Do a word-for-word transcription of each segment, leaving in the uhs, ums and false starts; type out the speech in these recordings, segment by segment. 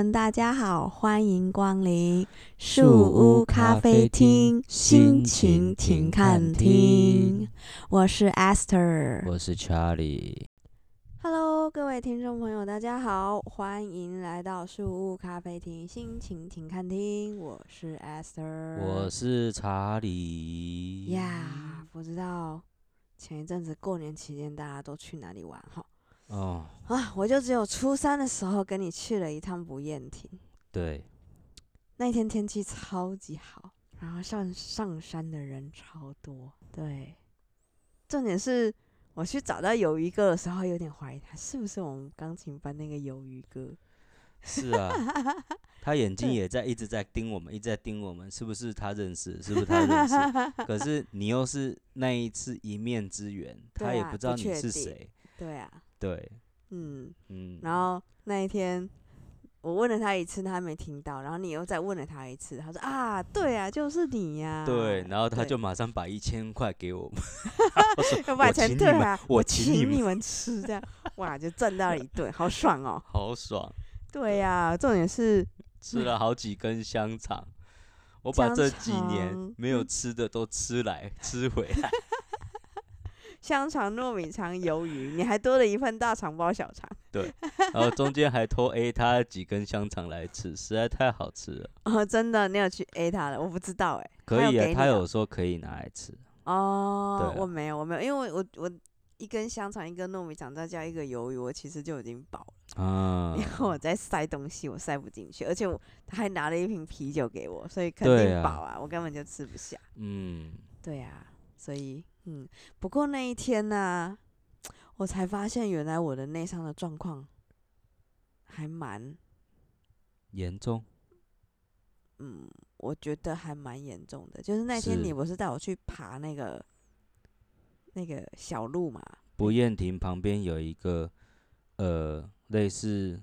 们，大家好，欢迎光临树屋咖啡厅，心情停看厅。 我是 Esther， 我是 Charlie。 Hello， 各位听众朋友，大家好，欢迎来到树屋咖啡厅，心情停看厅。我是 Esther， 我是查理。 呀， yeah, 不知道前一阵子过年期间大家都去哪里玩哈？ 哦， 啊，我就只有初三的时候跟你去了一趟不厌亭。 对， 那天天气超级好，然后上上山的人超多。对，重点是我去找到鱿鱼哥的时候，有点怀疑他是不是我们钢琴班那个鱿鱼哥。 是啊，他眼睛也在一直在盯我们，一直在盯我们，是不是他认识？是不是他认识？可是你又是那一次一面之缘，他也不知道你是谁。 对啊， 对， 嗯嗯， 然后那一天我问了他一次，他没听到，然后你又再问了他一次，他说啊，对啊，就是你呀、啊。 对，然后他就马上把一千块给我们， 要把钱退啊， 我请你们吃，这样哇，就赚到了一顿，好爽哦， 好爽。 对呀、啊，重点是吃了好几根香肠，我把这几年没有吃的都吃来吃回来。 香肠、糯米肠、鱿鱼，你还多了一份大肠包小肠。 对，然后中间还偷 A 他几根香肠来吃，实在太好吃了。 哦，真的，你有去 A 他了？我不知道哎。 可以啊， 他他有說可以拿来吃。 哦， 啊、 我没有，我没有，因为我我一根香肠、一根糯米肠再加一个鱿鱼，我其实就已经饱了。啊，因为我在塞东西，我塞不进去，而且我他还拿了一瓶啤酒给我，所以肯定饱啊，啊我根本就吃不下。嗯，对啊，所以嗯，不过那一天呢、啊，我才发现原来我的内伤的状况还蛮严重。 嗯，我觉得还蛮严重的。就是那天你不是带我去爬那个那个小路嘛？ 不厌亭旁边有一个呃类似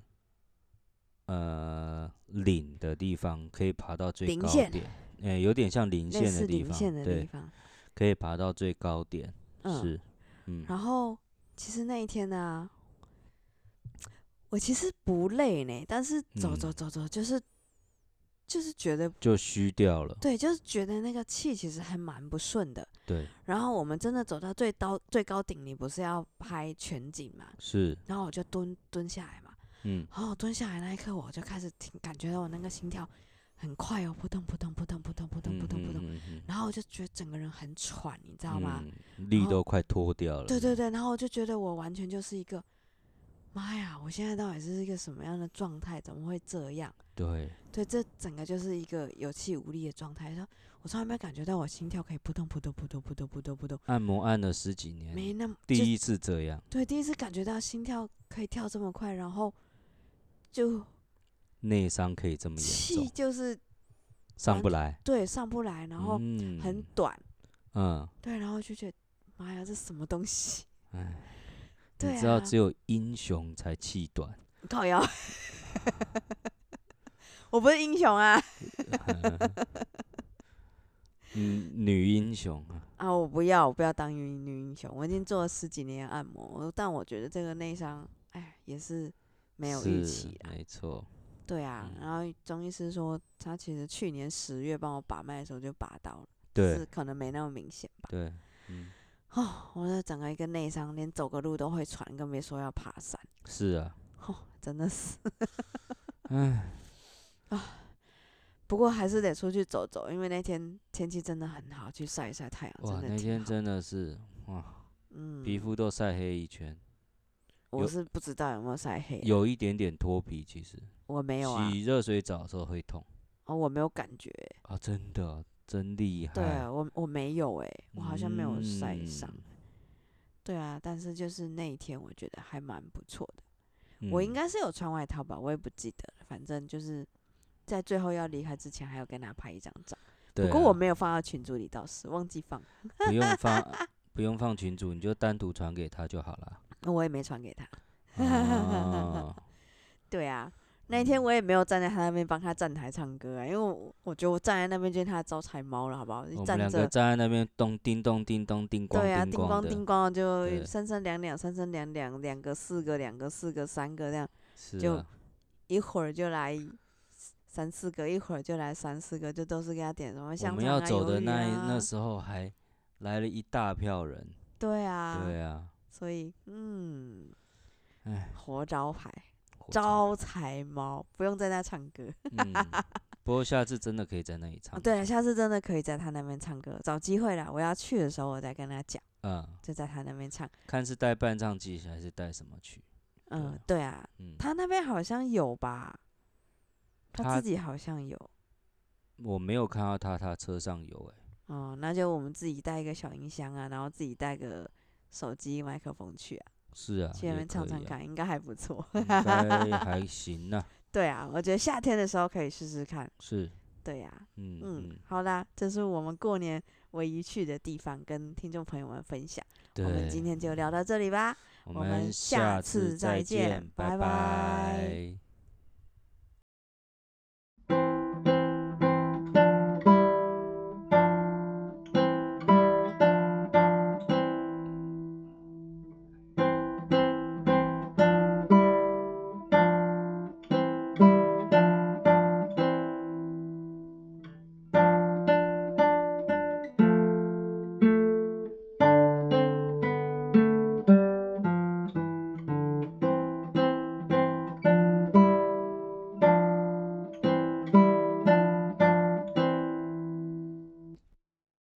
呃岭的地方，可以爬到最高点。哎、欸，有点像零线的地方， 线的地方， 可以爬到最高点。嗯、是，嗯。 然后其实那一天呢、啊，我其实不累呢，但是走走走走，就是、嗯、就是觉得就虚掉了。 对，就是觉得那个气其实还蛮不顺的。 对。 然后我们真的走到最高最高顶，你不是要拍全景嘛？ 是。 然后我就蹲蹲下来嘛。嗯。然后我蹲下来那一刻，我就开始听，感觉到我那个心跳很快哦，扑通扑通扑通扑通扑通扑通扑通。嗯嗯嗯、然后我就觉得整个人很喘，你知道吗？ 嗯、力都快脱掉了。 对对对，然后我就觉得我完全就是一个，妈呀！我现在到底是一个什么样的状态？怎么会这样？ 对对，这整个就是一个有气无力的状态。说，我从来没感觉到我心跳可以扑通扑通扑通扑通扑通扑通。 按摩按了十几年， 没那么第一次这样。 对，第一次感觉到心跳可以跳这么快，然后就内伤可以这么严重， 气就是上不来。 对，上不来，然后很短。嗯，对，然后就觉得，妈呀，这什么东西？ 哎。你知道只有英雄才气短， 靠腰，我不是英雄啊， 嗯，女英雄啊， 啊，我不要，我不要当女女英雄，我已经做了十几年按摩，但我觉得这个内伤，哎，也是没有预期啊， 没错， 对啊，嗯、然后中医师说，他其实去年十月帮我把脉的时候就把到了， 对， 是可能没那么明显吧， 对，嗯。 哦，我这整个一个内伤，连走个路都会喘，更别说要爬山。 是啊， 哦，真的是， 唉， 啊，不过还是得出去走走，因为那天天气真的很好，去晒一晒太阳，真的挺好。 哇，那天真的是哇，嗯，皮肤都晒黑一圈。 我是不知道有没有晒黑、啊， 有一点点脱皮，其实。 我没有啊。 洗热水澡的时候会痛。 哦，我没有感觉、欸。 啊，真的。真厉害！ 对啊，我我没有哎、欸，我好像没有晒伤、嗯。对啊，但是就是那一天，我觉得还蛮不错的、嗯。我应该是有穿外套吧，我也不记得了。反正就是在最后要离开之前，还有跟他拍一张照、啊。不过我没有放到群组里，倒是忘记放。 不用放，不用放群组，你就单独传给他就好了。 我也没传给他。 哦、 对啊。那一天我也没有站在他那边帮他站台唱歌啊，因为我我觉得我站在那边就是他的招财猫了，好不好？ 我们两个站在那边咚叮咚叮咚叮咣， 对啊，叮咣叮咣就三三两两，三三两两，两个四个，两个四个，三个这样， 是啊、 就一会儿就来三四个，一会儿就来三四个，就都是给他点什么香肠啊、 我们要走的那、 啊、 那时候还来了一大票人。 对啊， 对啊， 所以嗯， 哎， 活招牌， 火招财猫，不用在那唱歌。 嗯，不过下次真的可以在那里唱。 哦、对了，下次真的可以在他那边唱歌，找机会啦。我要去的时候，我再跟他讲。 嗯， 就在他那边唱。 看是带伴唱机还是带什么曲？ 嗯，对啊， 嗯， 他那边好像有吧，他自己好像有。 我没有看到他，他车上有哎、 欸。哦，那就我们自己带一个小音箱啊，然后自己带个手机麦克风去啊。 是啊， 去那边唱唱看， 啊、 应该还不错。 应该还行啊。 对啊，我觉得夏天的时候可以试试看。 是。 对呀、啊， 嗯嗯，好啦，这是我们过年唯一去的地方，跟听众朋友们分享。我们今天就聊到这里吧， 我们下次再见， 拜拜拜。